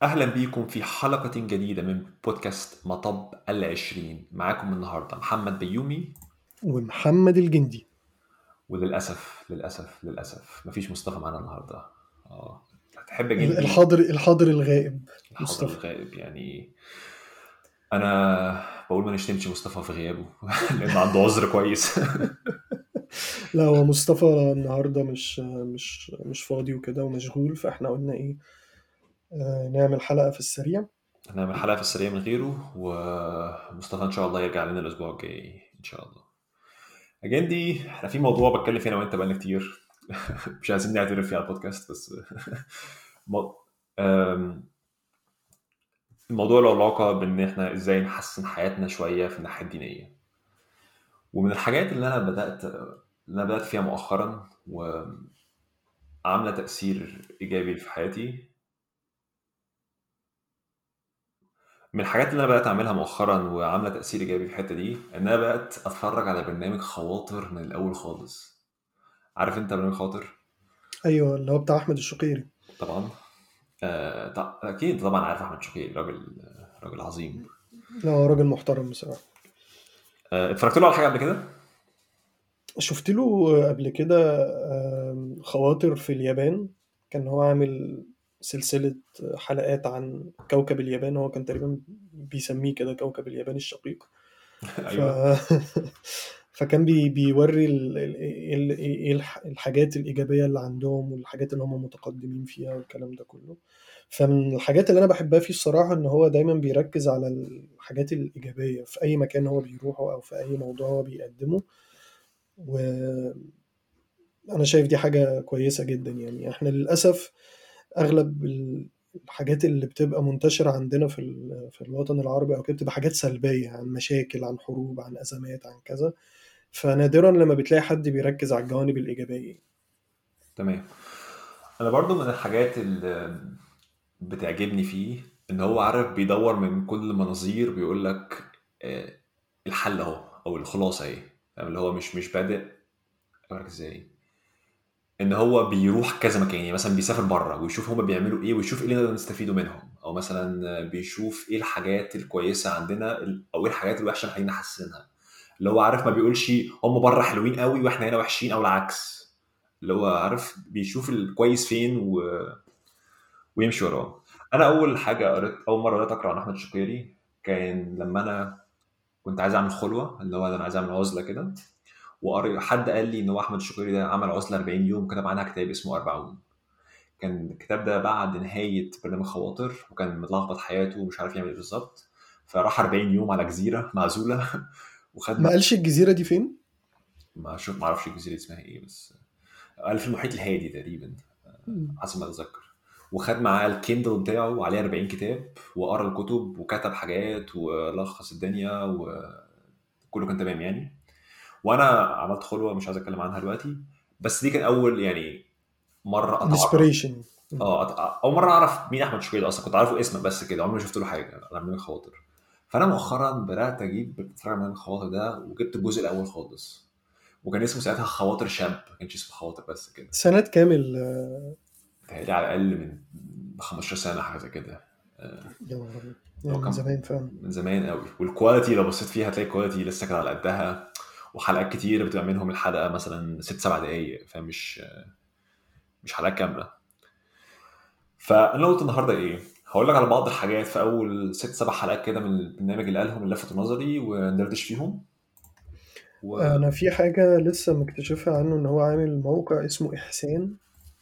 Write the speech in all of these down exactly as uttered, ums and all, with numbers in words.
أهلا بيكم في حلقة جديدة من بودكاست مطب العشرين. معاكم النهاردة محمد بيومي. ومحمد الجندي. وللأسف للأسف للأسف مفيش مصطفى معانا النهاردة. آه. هتحب ال- جندي الحاضر الحاضر الغائب الحاضر مصطفى. الغائب يعني. أنا بقول ما نشتمش مصطفى في غيابه لأنه عنده عذر كويس. لا، هو مصطفى النهارده مش مش مش فاضي وكده ومشغول، فاحنا قلنا ايه، آه نعمل حلقة في السريع. هنعمل حلقة في السريع من غيره، ومصطفى إن شاء الله يرجع لنا الأسبوع الجاي إن شاء الله. جندي، احنا في موضوع بتكلم فيه أنا وأنت بقالنا كتير. مش عايزين نعترف فيه على البودكاست بس. مو- أم، الموضوع له علاقة بإن إحنا إزاي نحسن حياتنا شوية في الناحية الدينية. ومن الحاجات اللي أنا بدأت اللي أنا بدأت فيها مؤخرا وعاملة تأثير إيجابي في حياتي. من الحاجات اللي أنا بدأت أعملها مؤخرا وعاملة تأثير إيجابي في الحتة دي إن أنا بدأت أتفرج على برنامج خواطر من الأول خالص. عارف أنت برنامج خواطر؟ ايوه، اللي هو بتاع احمد الشقيري. طبعا. آه، طب- أكيد طبعا عارف أحمد شوقي، راجل راجل عظيم. لا، هو راجل محترم بصراحة. آه، اتفرجت له على حاجة قبل كده؟ شفت له قبل كده آم، خواطر في اليابان. كان هو عامل سلسلة حلقات عن كوكب اليابان، هو كان تقريبا بيسميه كده كوكب اليابان الشقيق. ف... أيوه. فكان بي... بيوري ال... ال... ال... ايه الح- الحاجات الإيجابية اللي عندهم والحاجات اللي هم متقدمين فيها والكلام ده كله. فمن الحاجات اللي أنا بحبها فيه الصراحة إن هو دايما بيركز على الحاجات الإيجابية في أي مكان هو بيروحه أو في أي موضوع هو بيقدمه. وأنا شايف دي حاجة كويسة جدا. يعني إحنا للأسف أغلب ال- الحاجات اللي بتبقى منتشرة عندنا في ال- في الوطن العربي أو كده بتبقى حاجات سلبية، عن مشاكل، عن حروب، عن أزمات، عن كذا. فنادرا لما بتلاقي حد بيركز على الجوانب الإيجابية. تمام. انا برضو من الحاجات اللي بتعجبني فيه ان هو عارف بيدور من كل مناظير بيقول لك آه، الحل اهو او الخلاصه اهي. فاهم؟ اللي هو مش مش بادئ. اقول لك ازاي. ان هو بيروح كذا مكان، يعني مثلا بيسافر بره ويشوف هما بيعملوا ايه ويشوف ايه اللي نقدر نستفيده منهم، او مثلا بيشوف ايه الحاجات الكويسه عندنا او ايه الحاجات الوحشه اللي محتاجين نحسنها. اللي هو عارف ما بيقولش هم بره حلوين قوي واحنا هنا وحشين او العكس. اللي هو عارف بيشوف الكويس فين و... ويمشي وراه. انا اول حاجه قريت اول مره قريت اقرا عن احمد شقيري كان لما انا كنت عايز اعمل خلوه، اللي هو انا عايز اعمل عزله كده. وقري حد قال لي ان هو احمد شقيري ده عمل عزله أربعين يوم كتب عنها كتاب اسمه أربعون. كان الكتاب ده بعد نهايه برنامج خواطر وكان متلخبط حياته ومش عارف يعمل ايه بالظبط. فراح أربعين يوم على جزيره معزوله. وخد ما مع... قالش الجزيرة دي فين؟ ما شوف ما اعرفش الجزيره دي اسمها ايه، بس قال في المحيط الهادي تقريبا، مم. حسب ما اتذكر. وخد معاه الكيندل بتاعه وعليه أربعين كتاب وقرا الكتب وكتب حاجات ولخص الدنيا وكله كان تمام يعني. وانا عملت خلوه مش عايز اتكلم عنها دلوقتي. بس دي كان اول يعني مره اتعرف. انسبريشن. اه أت- اول مره اعرف مين احمد شوقي ده اصلا. كنت عارفه اسمه بس كده، عمري ما شفت له حاجه على من الخواطر. فانا مؤخرا بدات اجيب بتفرج على الخواطر ده وجبت الجزء الاول خالص. وكان اسمه ساعتها خواطر شاب، ما كانش اسمه خواطر بس كده. سنة كامل. بتهيألي على الاقل من خمستاشر سنه حاجه زي كده. يا نهار أبيض. هو يعني من كان زمان فعلا. من زمان قوي، والكواليتي لو بصيت فيها هتلاقي الكواليتي لسه كده على قدها. وحلقات كتير بتبقى منهم الحلقه مثلا ست سبع دقايق، فمش مش حلقات كامله. فانا قلت النهارده ايه، هقول لك على بعض الحاجات في اول ست سبع حلقات كده من البرنامج اللي قالهم اللي لفتوا نظري وندردش فيهم. و أنا في حاجة لسه مكتشفها عنه، إن هو عامل موقع اسمه إحسان.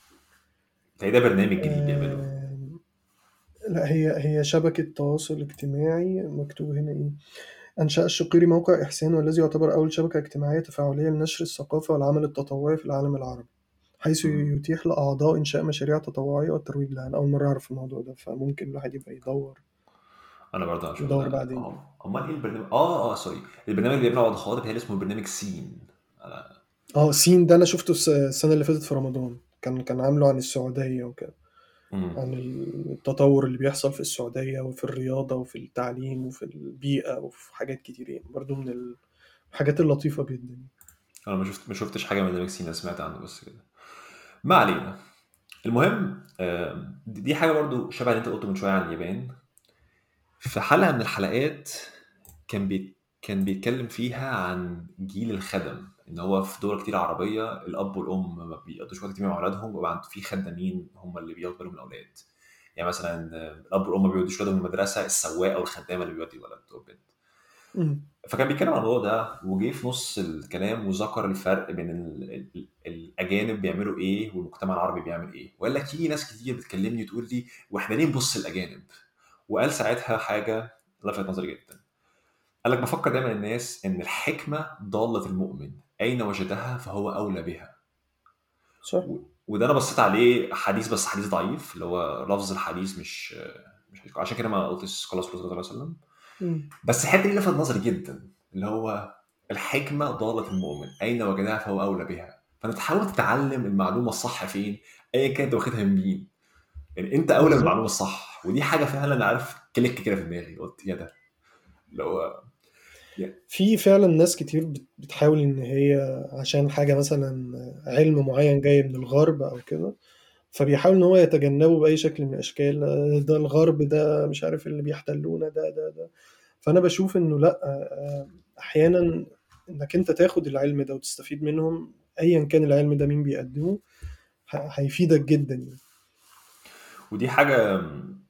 هي ده برنامج جديد بيعمله. آم، لا، هي هي شبكة تواصل اجتماعي. مكتوب هنا إيه: أنشأ الشقيري موقع إحسان، والذي يعتبر أول شبكة اجتماعية تفاعلية لنشر الثقافة والعمل التطوعي في العالم العربي، حيث مم. يتيح لأعضاء إنشاء مشاريع تطوعية والترويج لها. أنا أول مرة أعرف الموضوع ده، فممكن الواحد يبقى يدور انا برضه هشوف يدور ده. بعدين. اه امال ايه البرنامج؟ اه اه سوري. البرنامج اللي بيعمله عقد خاطر بيتهيألي اسمه برنامج سين. أنا... اه، سين ده أنا شفته الس- السنة اللي فاتت في رمضان. كان كان عامله عن السعودية وكده، مم. عن التطور اللي بيحصل في السعودية وفي الرياضة وفي التعليم وفي البيئة وفي حاجات كتير، يعني برضو من الحاجات اللطيفة جدا. انا ما شفت ما شفتش حاجه من برنامج سين، أنا سمعت عنه بس كده. ما علينا. المهم آم، دي دي حاجه برضو شبه اللي انت قلته من شويه عن اليابان. في حلقه من الحلقات كان بي كان بيتكلم فيها عن جيل الخدم، ان هو في دول كتير عربيه الاب والام ما بيقضوش وقت كتير مع اولادهم، وبقى عند- في خدامين هم اللي بياخدوا بالهم من الاولاد. يعني مثلا آه، الاب والام ما بيودوش ولادهم المدرسه، السواق او الخدامه اللي بيودي الولد او البنت. مم. فكان بيتكلم عن الموضوع ده، وجه في نص الكلام وذكر الفرق بين ال ال الاجانب بيعملوا ايه والمجتمع العربي بيعمل ايه، وقال لك في ناس كتير بتكلمني تقول لي واحنا ليه نبص الاجانب. وقال ساعتها حاجه لفتت نظري جدا. قال لك بفكر دايما الناس ان الحكمه ضاله المؤمن، اين وجدها فهو اولى بها. صح. و- وده انا بصيت عليه حديث، بس حديث ضعيف، اللي هو لفظ الحديث مش مش حديث. عشان كده ما قلتش خلاص صلى الله عليه وسلم. مم. بس الحته دي لفت نظري جدا، اللي هو الحكمه ضاله المؤمن اين وجدها فهو اولى بها. فانت تحاول تتعلم المعلومه الصح فين، ايا كانت واخدها من مين. يعني انت اولى بالمعلومه بالظبط. الصح. ودي حاجه فعلا عارف كليك كده في دماغي، قلت يا ده اللي هو يا- في فعلا ناس كتير بت- بتحاول ان هي عشان حاجة مثلا علم معين جاي من الغرب او كده، فبيحاول ان هو يتجنبه باي شكل من الاشكال. آه، ده الغرب، ده مش عارف اللي بيحتلونا، ده ده ده فانا بشوف انه لا، آه، احيانا انك انت تاخد العلم ده وتستفيد منهم، ايا كان العلم ده مين بيقدمه، ه- هيفيدك جدا يعني. ودي حاجه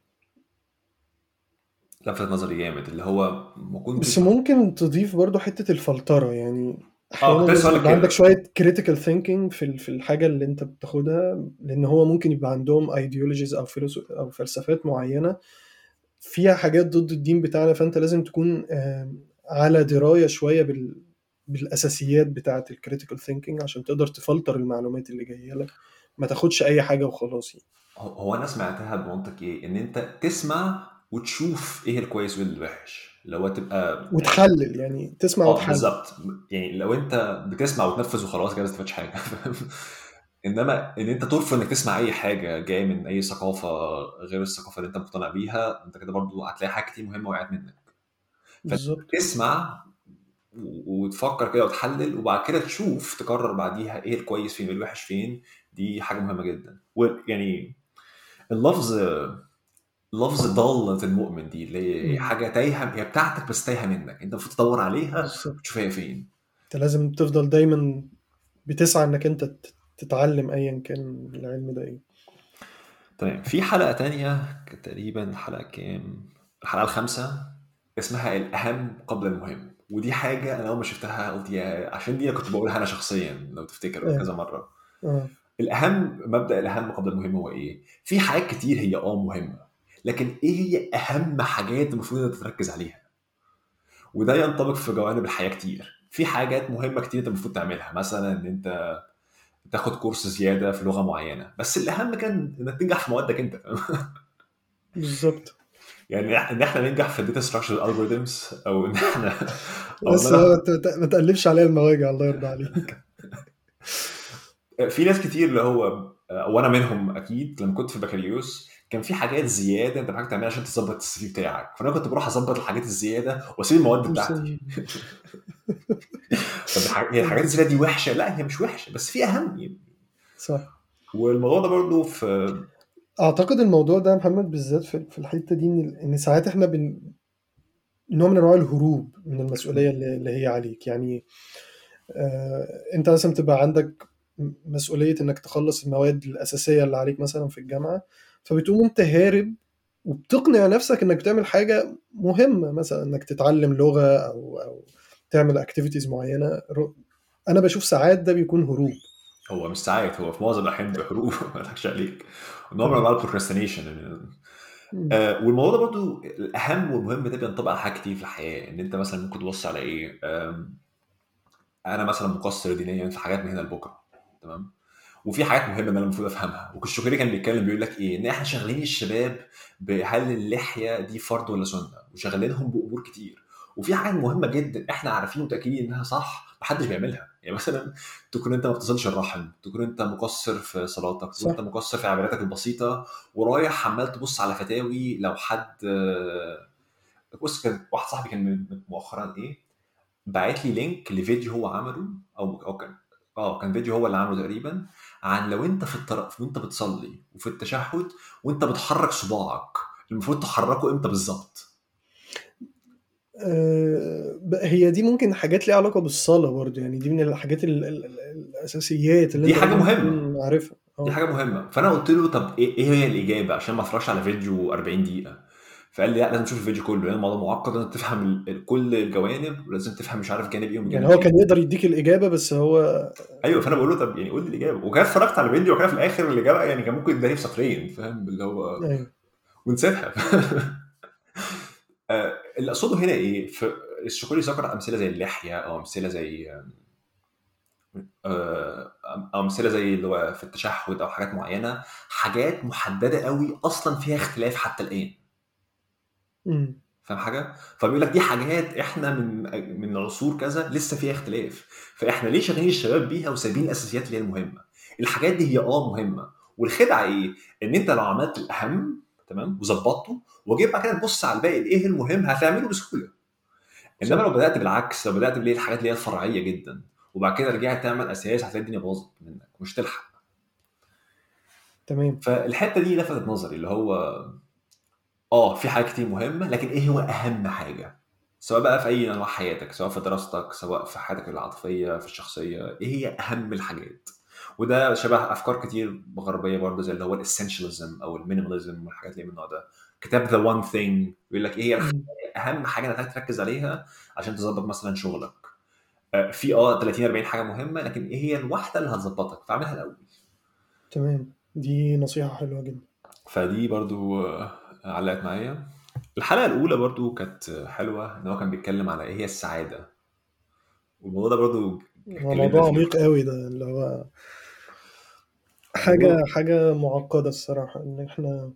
لفتت نظري جامد، اللي هو ما بس كنتش مح... ممكن تضيف برضو حتة الفلترة يعني. اه احيانا كنت لسه لازم هقول لك يبقى عندك كده. شوية critical thinking في ال- في الحاجة اللي انت بتاخدها، لان هو ممكن يبقى عندهم ideologies او فلسف او فلسفات معينة فيها حاجات ضد الدين بتاعنا، فانت لازم تكون آم، على دراية شوية بال بالاساسيات بتاعة الكريتيكال ثينكينج عشان تقدر تفلتر المعلومات اللي جاية لك، ما تاخدش اي حاجة وخلاص يعني. هو هو انا سمعتها بمنطق ايه، ان انت تسمع وتشوف ايه الكويس وايه الوحش، لو تبقى يعني وتحلل، يعني تسمع اه وتحلل. بالظبط. يعني لو انت بتسمع وتنفذ وخلاص كده ما استفدتش حاجه فاهم؟ انما ان انت ترفض انك تسمع اي حاجه جايه من اي ثقافه غير الثقافه اللي انت مقتنع بيها، انت كده برضو هتلاقي حاجات كتير مهمه وقعت منك. بالظبط. فتسمع و- وتفكر كده وتحلل، وبعد كده تشوف تقرر بعديها ايه الكويس فين والوحش فين. دي حاجه مهمه جدا. ويعني اللفظ لفظ ضالة المؤمن دي اللي هي مم. حاجة تايهة، هي بتاعتك بس تايهة منك، انت المفروض تدور عليها بالظبط. وتشوف هي فين. انت لازم تفضل دايما بتسعى انك انت تت- تتعلم ايا كان العلم ده ايه. تمام. في حلقة تانية كانت تقريبا الحلقة كام، الحلقة الخامسة، اسمها الأهم قبل المهم. ودي حاجة أنا أول ما شفتها قلت يا، عشان دي أنا كنت بقولها أنا شخصيا لو تفتكر اه. كذا مرة. اه. الأهم، مبدأ الأهم قبل المهم هو إيه؟ في حاجات كتير هي أه مهمة، لكن إيه هي أهم حاجات المفروض إنك تركز عليها؟ وده ينطبق في جوانب الحياة كتير. في حاجات مهمة كتير أنت المفروض تعملها، مثلا إن أنت تاخد كورس زيادة في لغة معينة، بس الأهم كان إنك تنجح في موادك أنت فاهم؟ بالظبط. يعني ان احنا ننجح في الداتا ستراكشر الجوريثمز، او ان احنا او ان بس هو انا ت- ت- ما تقلبش عليا المواجع، الله يرضى عليك. في ناس كتير اللي هو وانا منهم اكيد، لما كنت في بكالوريوس كان في حاجات زياده انت محتاج تعملها عشان تظبط السي في بتاعك، فانا كنت بروح اظبط الحاجات الزياده واسيب المواد بتاعتي. بس- طب الح- هي الحاجات الزياده دي وحشه؟ لا هي مش وحشه، بس في اهم يعني. صح. والموضوع ده برضو في اعتقد الموضوع ده يا محمد بالذات في في الحته دي، ان ان ساعات احنا بن نوع من انواع الهروب من المسؤوليه اللي اللي هي عليك يعني. آه انت مثلا تبقى عندك م- مسؤوليه انك تخلص المواد الاساسيه اللي عليك مثلا في الجامعه، فبتقوم انت هارب وبتقنع نفسك انك بتعمل حاجه مهمه، مثلا انك تتعلم لغه او او تعمل اكتيفيتيز معينه. رو- انا بشوف ساعات ده بيكون هروب. هو مش ساعات، هو في معظم الاحيان بحروب ما اضحكش عليك، نوع من اه. انواع البروكراستينيشن. مم. آه، والموضوع ده برضو الاهم والمهم ده بينطبق على حاجات كتير في الحياه. ان انت مثلا ممكن تبص على ايه، آم، انا مثلا مقصر دينيا في حاجات من هنا لبكره، تمام، وفي حاجات مهمه ان انا المفروض افهمها. والشوكري كان بيتكلم بيقول لك ايه، ان احنا شغالين الشباب بهل اللحيه دي فرض ولا سنه، وشغالينهم بامور كتير، وفي حاجات مهمه جدا احنا عارفين متاكدين انها صح محدش بيعملها. يعني مثلا تكون انت ما بتصلش الرحم، تكون انت مقصر في صلاتك، تكون انت صح. مقصر في عباداتك البسيطه، ورايح عمال تبص على فتاوي. لو حد آه، بص، كان واحد صاحبي كان من- مؤخرا ايه، باعت لي لينك لفيديو هو عمله، او او كان اه كان فيديو هو اللي عامله تقريبا، عن لو انت في الطرف وانت بتصلي وفي التشهد وانت بتحرك صباعك المفروض تحركه امتى بالظبط؟ آه، ب- هي دي ممكن حاجات ليها علاقة بالصلاة برضو، يعني دي من الحاجات ال ال ال الأساسيات اللي دي أنت حاجه لازم مهمه، تكون عارفها. دي اه. حاجه مهمه. فانا قلت له طب ايه ايه هي الاجابه عشان ما اتفرجش على فيديو أربعين دقيقه. فقال لي لا لازم تشوف الفيديو كله لان الموضوع معقد، لازم تفهم ال- ال- كل الجوانب، ولازم تفهم مش عارف جانب ايه ومن يعني جانب هو ايه. كان يقدر يديك الإجابة بس هو. ايوه، فانا بقول له طب يعني قول لي الاجابه، وكان اتفرجت على فيديو وكان في الاخر الاجابه يعني كان ممكن يداني في سطرين، فاهم اللي هو أيوه. ونسيتها. آه، اللي اقصده هنا ايه، في الشكوري ذكر امثله زي اللحيه او امثله زي آه، او امثله زي اللي هو في التشهد او حاجات معينه، حاجات محدده قوي اصلا فيها اختلاف حتى الان. أمم. فاهم حاجه؟ فبيقول لك دي حاجات احنا من من عصور كذا لسه فيها اختلاف، فاحنا ليه شاغلين الشباب بيها وسايبين الاساسيات اللي هي المهمه؟ الحاجات دي هي اه مهمه، والخدعه ايه؟ ان انت لو عملت الاهم تمام وظبطته وجيت بعد كده تبص على الباقي ايه المهم هتعمله بسهوله. انما صح. لو بدات بالعكس، لو بدات بالايه الحاجات اللي هي الفرعيه جدا وبعد كده رجعت تعمل اساس، هتلاقي الدنيا باظت منك مش تلحق. تمام. فالحته دي لفتت نظري، اللي هو اه في حاجات كتير مهمه لكن ايه هو اهم حاجه، سواء بقى في اي انواع حياتك، سواء في دراستك، سواء في حياتك العاطفيه في الشخصيه، ايه هي اهم الحاجات. وده شبه افكار كتير غربيه برضه زي اللي هو الاسنشاليزم او المينيماليزم والحاجات اللي من النوع ده. كتاب ذا وان ثينج بيقول لك ايه هي الح- أمم. اهم حاجه انك تركز عليها عشان تظبط مثلا شغلك. آه، في اه ثلاثين أربعين حاجه مهمه لكن ايه هي الواحده اللي هتظبطك فاعملها الاول. تمام، دي نصيحة حلوة جدا. فدي برضو آه، علقت معايا. الحلقة الأولى برضو كانت حلوة، إن هو كان بيتكلم على إيه هي السعادة، والموضوع ده برضو هو اتكلمنا موضوع فيه. عميق قوي ده، اللي هو حاجة موضوع حاجة معقدة الصراحة، إن إحنا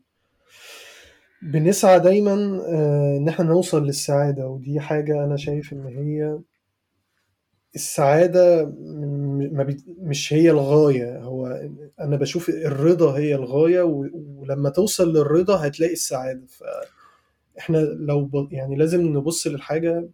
بنسعى دايما آه، إن إحنا نوصل للسعادة، ودي حاجة أنا شايف إن هي السعادة م- ما بي... مش هي الغاية. هو أنا بشوف الرضا هي الغاية، و... ولما توصل للرضا هتلاقي السعادة. فإحنا لو ب... يعني لازم نبص للحاجة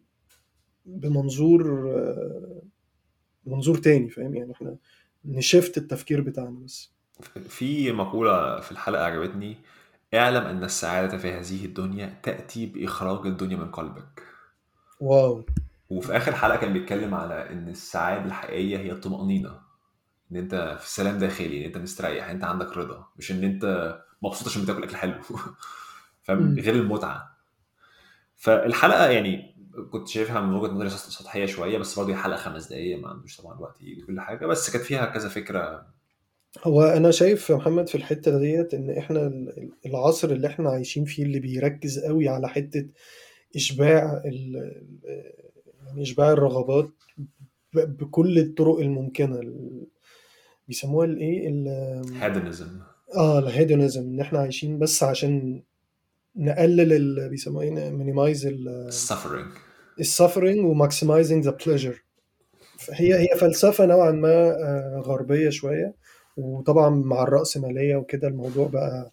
بمنظور آه، منظور تاني، فاهم يعني؟ إحنا نشفت التفكير بتاعنا بس. في مقولة في الحلقة عجبتني: اعلم أن السعادة في هذه الدنيا تأتي بإخراج الدنيا من قلبك. واو. وفي آخر حلقة كان بيتكلم على إن السعادة الحقيقية هي الطمأنينة، إن أنت في سلام داخلي، إن أنت مستريح، إن أنت عندك رضا، مش إن أنت مبسوط عشان بتاكل أكل حلو. فاهم؟ مم. غير المتعة. فالحلقة يعني كنت شايفها من وجهة نظري سط- سطحية شوية، بس برضه هي حلقة خمس دقايق ما عندوش طبعا وقت يجي كل حاجة، بس كانت فيها كذا فكرة. هو انا شايف يا محمد في الحته ديت ان احنا ال- العصر اللي احنا عايشين فيه اللي بيركز قوي على حته اشباع ال ال- يعني اشباع الرغبات ب- بكل الطرق الممكنه، ال- بيسموها الايه ال- هيدنزم. اه الهيدونيزم، ان احنا عايشين بس عشان نقلل ال بيسموها ايه، مينيمايز suffering. السفرنج وماكسمايزنج ذا بليجر. هي هي فلسفه نوعا ما آه، غربيه شويه. وطبعا مع الرأسمالية وكده الموضوع بقى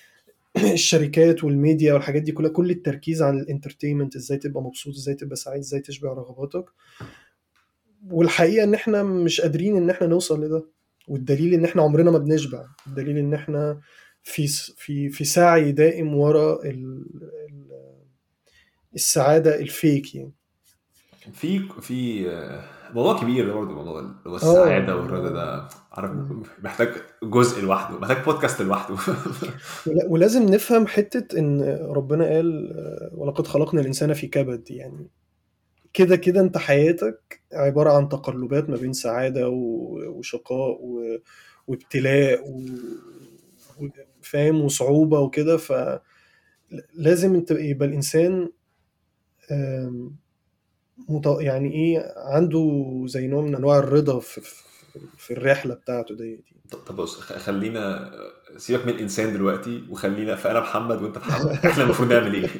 الشركات والميديا والحاجات دي كلها، كل التركيز عن الانترتينمنت، ازاي تبقى مبسوط، ازاي تبقى سعيد، ازاي تشبع رغباتك. والحقيقة ان احنا مش قادرين ان احنا نوصل لده. والدليل ان احنا عمرنا ما بنشبع، الدليل ان احنا في في في سعي دائم ورا ال- ال- السعادة الفيك يعني. في في آه، موضوع كبير ده برضه، موضوع اللي هو اه السعادة يعني والرضا هو- ده، عارف، مم. محتاج جزء لوحده، محتاج بودكاست لوحده. ولا- ولازم نفهم حتة ان ربنا قال آه، ولقد خلقنا الانسان في كبد. يعني كده كده انت حياتك عبارة عن تقلبات ما بين سعادة و- وشقاء و- وابتلاء و- و- فاهم، وصعوبة وكده. فلازم انت يبقى الإنسان آم، مت- يعني ايه، عنده زي نوع من انواع الرضا في, في في الرحلة بتاعته ديت. طب طب بص، خ- خلينا سيبك من الانسان دلوقتي، وخلينا فانا محمد وانت محمد، احنا المفروض نعمل ايه؟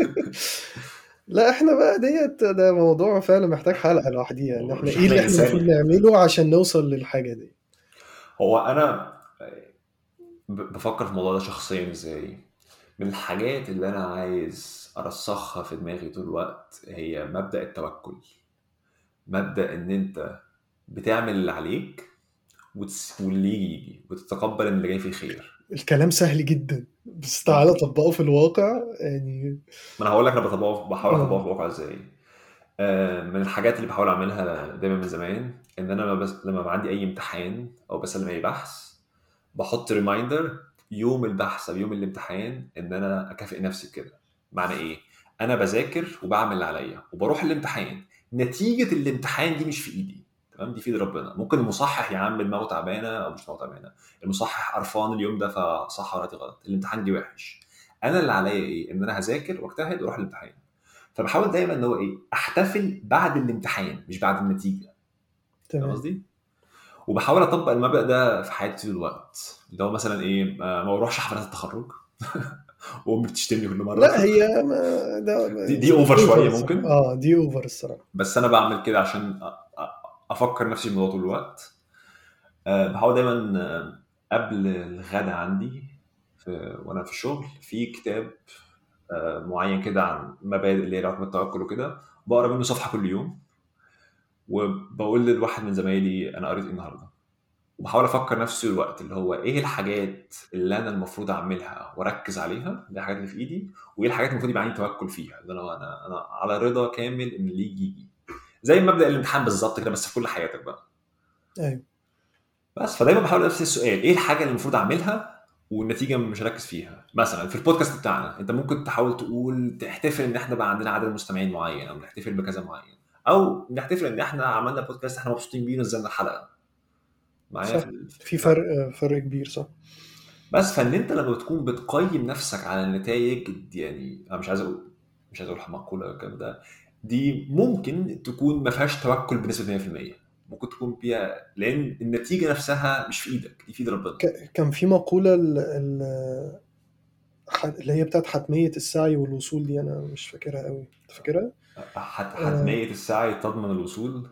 لا احنا بقى ديت ده موضوع فعلا محتاج حلقة لوحديها، ان احنا مش ايه احنا اللي احنا المفروض انسان. نعمله عشان نوصل للحاجة دي. هو انا ب- بفكر في الموضوع ده شخصيا ازاي. من الحاجات اللي انا عايز ارسخها في دماغي طول الوقت هي مبدأ التوكل. مبدأ ان انت بتعمل اللي عليك وتس... واللي يجي يجي وتتقبل ان اللي جاي فيه خير. الكلام سهل جدا، بس اه، تعالى طبقه في الواقع يعني. ما انا هقول لك انا بطبقه، بحاول اطبقه اه في الواقع ازاي. آه، من الحاجات اللي بحاول اعملها دايما من زمان ان انا لما بس... لما بقى عندي اي امتحان او بسلم اي بحث، بحط ريمايندر يوم البحث او يوم الامتحان ان انا اكافئ نفسي بكده. معنى ايه؟ انا بذاكر وبعمل اللي عليا وبروح الامتحان، نتيجه الامتحان دي مش في ايدي، تمام؟ دي في ايد ربنا. ممكن المصحح يا عم دماغه تعبانه او مش دماغه تعبانه، المصحح قرفان اليوم ده فصح ورقتي غلط، الامتحان دي وحش. انا اللي عليا ايه؟ ان انا هذاكر واجتهد واروح الامتحان. فبحاول دايما ان هو ايه، احتفل بعد الامتحان مش بعد النتيجه. فاهم تمام. قصدي؟ وبحاول اطبق المبدأ ده في حياتي طول الوقت، اللي هو مثلا ايه، ما ما بروحش حفلات التخرج وامي بتشتمني كل مره. لا هي ما ده دي دي اوفر اوفر شويه الصراحه، ممكن، اه دي اوفر الصراحه. بس انا بعمل كده عشان أ- أ- افكر نفسي بالموضوع طول الوقت. أه، بحاول دايما أه، قبل الغدا عندي في وانا في الشغل في كتاب أه، معين كده عن مبادئ اللي هي العلاقه بالتوكل وكده، بقرا منه صفحه كل يوم، وبقول للواحد من زمايلي انا قريت ايه النهارده. وبحاول افكر نفسي الوقت اللي هو ايه الحاجات اللي انا المفروض اعملها واركز عليها، دي الحاجات اللي في ايدي، وايه الحاجات اللي المفروض يبقى عندي توكل فيها، اللي انا انا انا على رضا كامل ان اللي يجي يجي. زي مبدا الامتحان بالظبط كده، بس في كل حياتك بقى. ايوه بس فدايما بحاول نفس السؤال، ايه الحاجه اللي المفروض اعملها والنتيجه مش هركز فيها. مثلا في البودكاست بتاعنا انت ممكن تحاول تقول تحتفل ان احنا بقى عندنا عدد مستمعين معين، او نحتفل بكذا معين، او نحتفل ان احنا عملنا بودكاست احنا مبسوطين بيه ونزلنا الحلقه معايا في صح، ال- في في فرق فرق كبير صح. بس فان انت لما بتكون بتقيم نفسك على النتائج دي، يعني انا مش عايز اقول مش عايز اقول مقوله الكلام ده، دي ممكن تكون ما فيهاش توكل بنسبه مية في المية. ممكن تكون فيها لان النتيجه نفسها مش في ايدك، دي في ايد ربنا. ك- كان في مقولة ال- ال- ح- اللي هي بتاعت حتمية السعي والوصول دي، أنا مش فاكرها قوي، أنت فاكرها؟ حت- آه، حتميه السعي تضمن الوصول.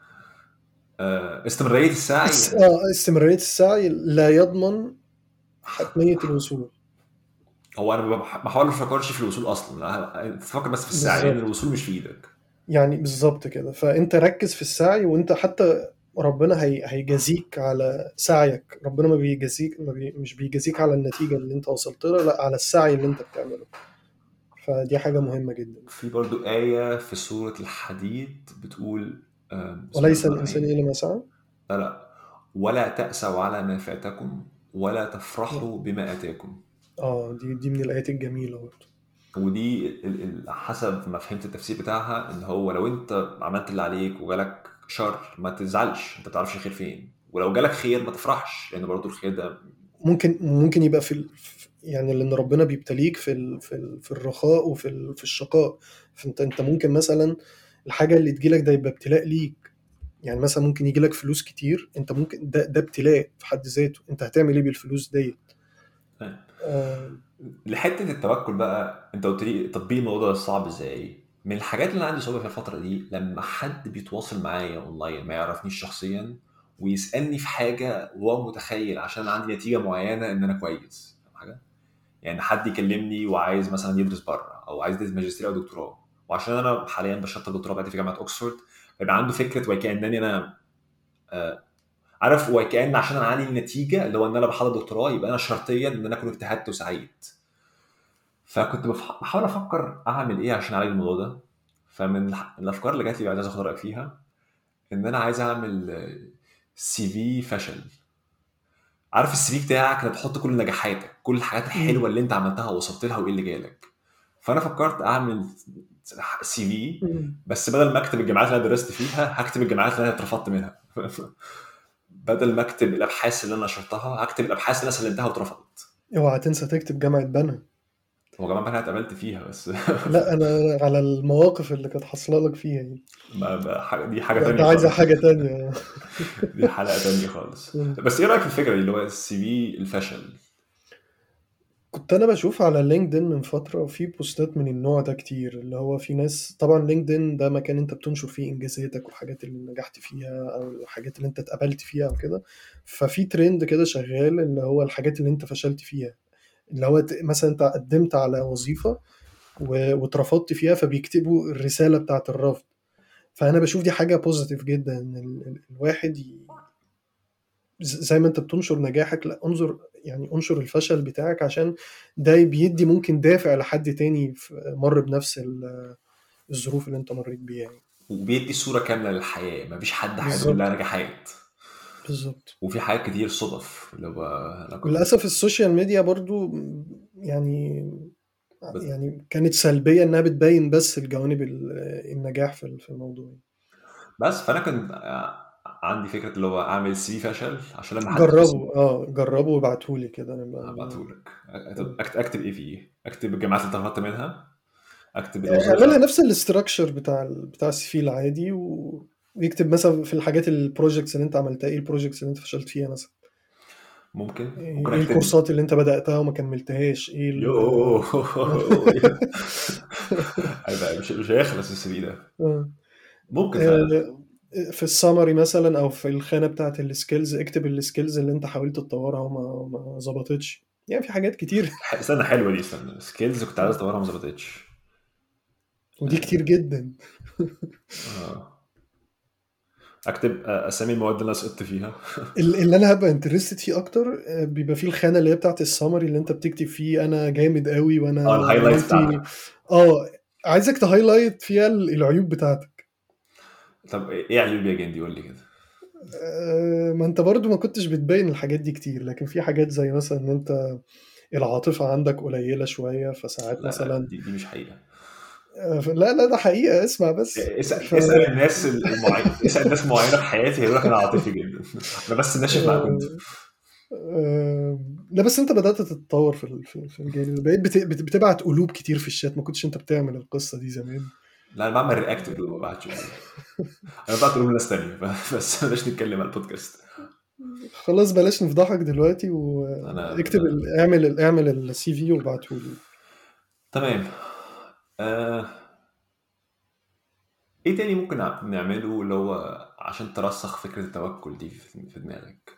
آه، استمراريه السعي. اس- آه، استمرارية السعي لا يضمن حتمية الوصول. هو انا بح- بحاول ما افكرش في الوصول اصلا، أنا- تفكر بس في السعي لان بالظبط، الوصول مش في ايدك. يعني بالظبط كده، فأنت ركز في السعي، وأنت حتى ربنا هي هيجازيك على سعيك. ربنا ما بيجازيك، ما بي مش بيجازيك على النتيجة اللي أنت وصلت لها، لا على السعي اللي أنت بتعمله. فدي حاجة مهمة جدا. في برضو آية في سورة الحديد بتقول، آه، بسم الله وليس الرحمن الإنسان الرحيم. إلا ما سعى. لا لا، ولا تأسوا على ما فاتكم ولا تفرحوا بما آتاكم. اه دي دي من الآيات الجميلة برضه. ودي ال- ال- حسب ما فهمت التفسير بتاعها ان هو لو انت عملت اللي عليك وجالك شر ما تزعلش، انت بتعرفش الخير فين، ولو جالك خير ما تفرحش لان برضو الخير ده. ممكن ممكن يبقى في ال... يعني لأن ربنا بيبتليك في ال... في ال... في الرخاء وفي ال... في الشقاء. فانت انت ممكن مثلا الحاجة اللي تجيلك ده يبقى ابتلاء ليك. يعني مثلا ممكن يجيلك فلوس كتير، انت ممكن ده ده ابتلاء في حد ذاته، انت هتعمل ايه بالفلوس ديت؟ آه... لحته التوكل بقى، انت قلت لي تطبيق الموضوع ده صعب ازاي. من الحاجات اللي أنا عندي صعوبه في الفتره دي لما حد بيتواصل معايا اونلاين ما يعرفنيش شخصيا ويسالني في حاجه وهو متخيل عشان عندي نتيجه معينه ان انا كويس، فاهم حاجه؟ يعني حد يكلمني وعايز مثلا يدرس بره او عايز يدرس ماجستير او دكتوراه، وعشان انا حاليا بشطب دكتوراه بتاعتي في جامعه اوكسفورد، فيبقى عنده فكره وكانني انا آه، عارف، وكأن عشان انا عندي النتيجه اللي هو ان انا بحضر دكتوراه يبقى انا شرطيا ان انا اكون اجتهدت وسعيت. فكنت بف- بحاول افكر اعمل ايه عشان اعالج الموضوع ده. فمن الح- الافكار اللي جات لي عايز اخد رايك فيها ان انا عايز اعمل سي في فشل. عارف السي في بتاعك انك تحط كل نجاحاتك، كل الحاجات الحلوه مم. اللي انت عملتها ووصلت لها وايه اللي جالك. فانا فكرت اعمل سي في، مم. بس بدل ما اكتب الجامعات اللي انا درست فيها هكتب الجامعات اللي انا اترفضت منها. بدل ما اكتب الابحاث اللي انا نشرتها هكتب الابحاث اللي انا سلمتها واترفضت. اوعى تنسى تكتب جامعة بنها. هو جامعه انا اتقبلت فيها بس. لا انا على المواقف اللي كانت حاصله لك فيها يعني. ما ما ح- دي حاجه ده, ده تانية عايزه خالص. حاجه تانية. دي حلقه تانية خالص. بس ايه رايك في الفكره دي اللي هو السي في الفشل؟ كنت انا بشوف على لينكدين من فتره في بوستات من النوع ده كتير، اللي هو في ناس طبعا لينكدين ده مكان انت بتنشر فيه انجازاتك والحاجات اللي نجحت فيها او الحاجات اللي انت اتقبلت فيها او كده. ففي ترند كده شغال اللي هو الحاجات اللي انت فشلت فيها، اللي هو ت- مثلا انت قدمت على وظيفه و- واترفضت فيها، فبيكتبوا الرساله بتاعت الرفض. فانا بشوف دي حاجه بوزيتيف جدا ان ال- ال- الواحد ي- ز- زي ما انت بتنشر نجاحك، لا انظر يعني انشر الفشل بتاعك، عشان ده بيدي ممكن دافع لحد تاني في- مر بنفس ال- الظروف اللي انت مريت بيها يعني. وبيدي صورة كاملة للحياة، مفيش حد حياته بالظبط. كلها نجاحات، بالظبط. وفي حاجات كتير صدف اللي هو انا كنت وللأسف السوشيال ميديا برضو يعني بت... يعني كانت سلبية، انها بتبين بس الجوانب ال- النجاح في في الموضوع. بس فانا كنت عندي فكرة اللي هو اعمل سي في فشل عشان لما حد يخصني جربوا اه جربوا وابعتولي كده انا ب- هبعتهولك. ب- اكتب اكتب ايه فيه، اكتب الجامعات اللي اتخرجت منها، اكتب اعملها الوظيفة. نفس الاستراكشر بتاع ال... بتاع السي في العادي، و... ويكتب مثلا في الحاجات البروجكتس اللي انت عملتها، ايه البروجكتس اللي انت فشلت فيها مثلا، ممكن ممكن ايه إيه اكتب الكورسات اللي انت بدأتها وما كملتهاش، ايه ال... يو هيبقى مش مش هيخلص السي في ده. آه. ممكن فعلا. آه، في السامري مثلا او في الخانة بتاعت السكيلز، اكتب السكيلز اللي انت حاولت تطورها وما ما ظبطتش، يعني في حاجات كتير. ح- استنى حلوه دي، استنى سكيلز كنت عايز اطورها ما ظبطتش. ودي كتير جدا. اه اكتب آه، اسامي المواد اللي انا سقطت فيها. ال- اللي انا هبقى انترستد فيه اكتر، آه، بيبقى فيه الخانه اللي هي بتاعت السامري، اللي انت بتكتب فيه انا جامد قوي اه وانا الهايلايتس مالتي. بتاعتك. اه، عايزك تهايلايت فيها ال- العيوب بتاعتك. طب ايه عيوب يا جندي؟ قول لي كده. آه، ما انت برضو ما كنتش بتبين الحاجات دي كتير، لكن في حاجات زي مثلا ان انت العاطفه عندك قليله شويه، فساعات لا لا مثلا. دي, دي مش حقيقه. آه، ف- لا لا، ده حقيقه، اسمع بس. اسال ف اسال الناس المعينه، اسال ناس معينه في حياتي هيقول لك انا عاطفي جدا. انا بس ناشف معاك انت. آه، آه، لا بس انت بدأت تتطور في ال- في في الجانب ده. بقيت بت- بت- بتبعت قلوب كتير في الشات، ما كنتش انت بتعمل القصة دي زمان. لا انا بعمل رياكت قلوب ما بعتش قلوب. انا بعت قلوب لناس تانيه بس بلاش نتكلم على البودكاست. خلاص بلاش نفضحك دلوقتي، انا واكتب انا ال- اعمل ال- اعمل السي في وابعته لي. تمام. آه... ايه تاني ممكن نع- نعمله اللي هو عشان ترسخ فكره التوكل دي في في دماغك؟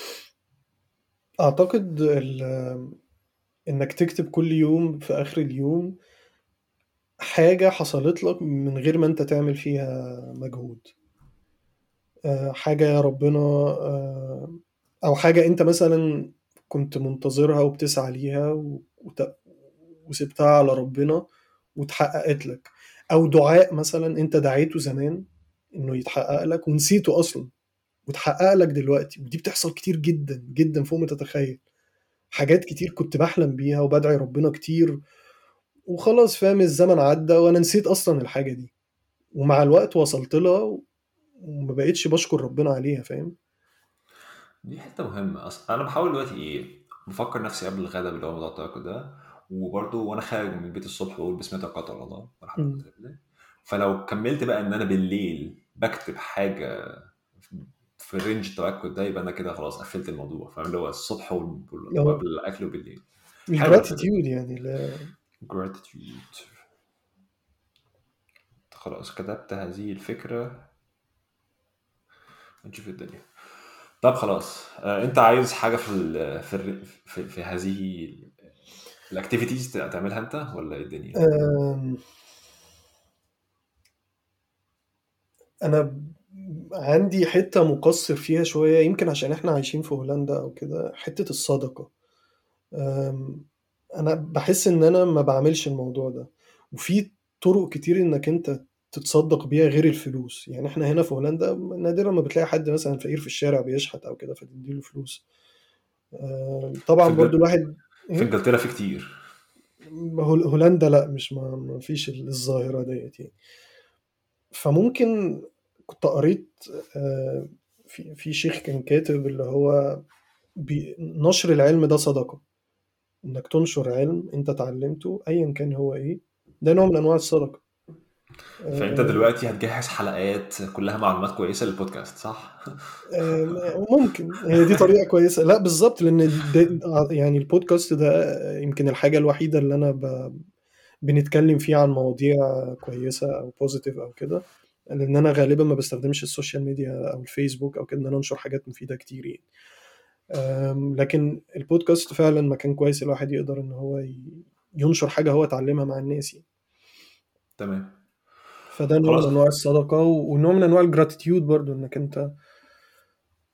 اعتقد ال- انك تكتب كل يوم في اخر اليوم حاجة حصلت لك من غير ما انت تعمل فيها مجهود. آه، حاجة يا ربنا، آه، او حاجة انت مثلا كنت منتظرها وبتسعى ليها، وت- وسبتها على ربنا واتحققت لك. او دعاء مثلا انت دعيته زمان انه يتحقق لك ونسيته اصلا، وتحقق لك دلوقتي. ودي بتحصل كتير جدا جدا فوق ما تتخيل. حاجات كتير كنت بحلم بيها وبدعي ربنا كتير، وخلاص فاهم، الزمن عدى وانا نسيت اصلا الحاجة دي، ومع الوقت وصلت لها وما بقتش بشكر ربنا عليها، فاهم. دي حته مهمه اصلا. انا بحاول دلوقتي ايه، بفكر نفسي قبل الغداء اللي هو موضوع التوكل ده، وبرضه وانا خارج من البيت الصبح بقول بسم الله توكلت على الله ولا حول ولا مم. قوه الا بالله. فلو كملت بقى ان انا بالليل بكتب حاجه في الرينج التوكل ده، يبقى انا كده خلاص قفلت الموضوع، فاهم؟ اللي هو الصبح وال- أهو، وقبل الاكل وبالليل. حلوه الفكره دي. الجراتيتيود يعني لا. gratitude. خلاص كتبت هذه الفكره، نشوف الدنيا. طب خلاص، آه، انت عايز حاجه في ال في ال في, في هذه الاكتيفيتيز تعملها انت ولا ايه الدنيا؟ أم، انا ب- عندي حتة مقصر فيها شوية، يمكن عشان احنا عايشين في هولندا او كده، حتة الصدقة. أم، انا بحس ان انا ما بعملش الموضوع ده. وفي طرق كتير انك انت تتصدق بيها غير الفلوس. يعني احنا هنا في هولندا نادرا ما بتلاقي حد مثلا فقير في الشارع بيشحت او كده فتديله فلوس. أم، في طبعا برضو انجل... الواحد في ايه. انجلترا في كتير. هول- هولندا لا، مش ما ما فيش الظاهرة ديت يعني. فممكن كنت قريت، آه، في في شيخ كان كاتب اللي هو بي- نشر العلم ده صدقة. انك تنشر علم انت اتعلمته ايا كان هو ايه، ده نوع من انواع الصدقة. فانت آه، دلوقتي هتجهز حلقات كلها معلومات كويسه للبودكاست صح؟ آه، ممكن هي دي طريقة كويسة. لا بالظبط، لان ده يعني البودكاست ده يمكن الحاجة الوحيدة اللي انا ب... بنتكلم فيه عن مواضيع كويسة او بوزيتيف او كده. لان انا غالبا ما بستخدمش السوشيال ميديا او الفيسبوك او كده ان انا انشر حاجات مفيدة كتير يعني. أم، لكن البودكاست فعلا مكان كويس الواحد يقدر ان هو ي- ينشر حاجة هو اتعلمها مع الناس يعني. تمام. فده نوع من خلاص انواع الصدقة، و- ونوع من انواع الجراتيتيود برضو، انك انت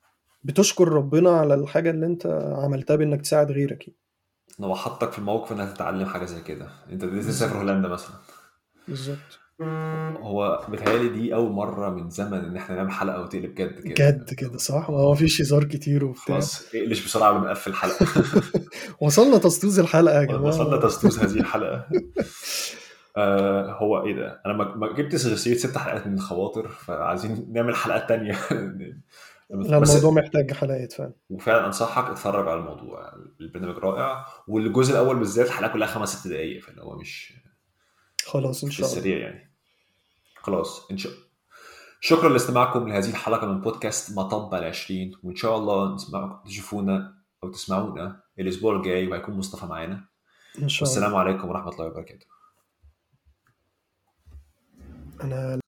بتشكر ربنا على الحاجة اللي انت عملتها بانك تساعد غيرك يعني. ان هو حطك في الموقف انك تتعلم حاجه زي كده. انت بديت تسافر بالظبط، هولندا مثلا. بالظبط. هو بيتهيألي دي اول مره من زمن ان احنا نعمل حلقه وتقلب جد كده. جد كده صح، ما هو فيش هزار كتير وبتاع. خلاص اقلش بسرعه قبل ما نقفل الحلقه. وصلنا تسطوز الحلقة يا وصلنا جماعة. تستوز هذه الحلقه. آه هو ايه ده، انا ما ما جبتش غير سيره ست حلقات من الخواطر، فعايزين نعمل حلقات تانية. لا، بس الموضوع محتاج حلقات فعلا. وفعلا انصحك اتفرج على الموضوع. البرنامج رائع، والجزء الاول بالذات الحلقه كلها خمس ست دقائق، فاللي هو مش خلاص ان في شاء الله. السريع يعني. خلاص ان شاء شكرا لاستماعكم لهذه الحلقه من بودكاست مطب العشرين، وان شاء الله نسمع تشوفونا او تسمعونا الاسبوع الجاي، وهيكون مصطفى معانا. ان شاء والسلام الله. عليكم ورحمه الله وبركاته. انا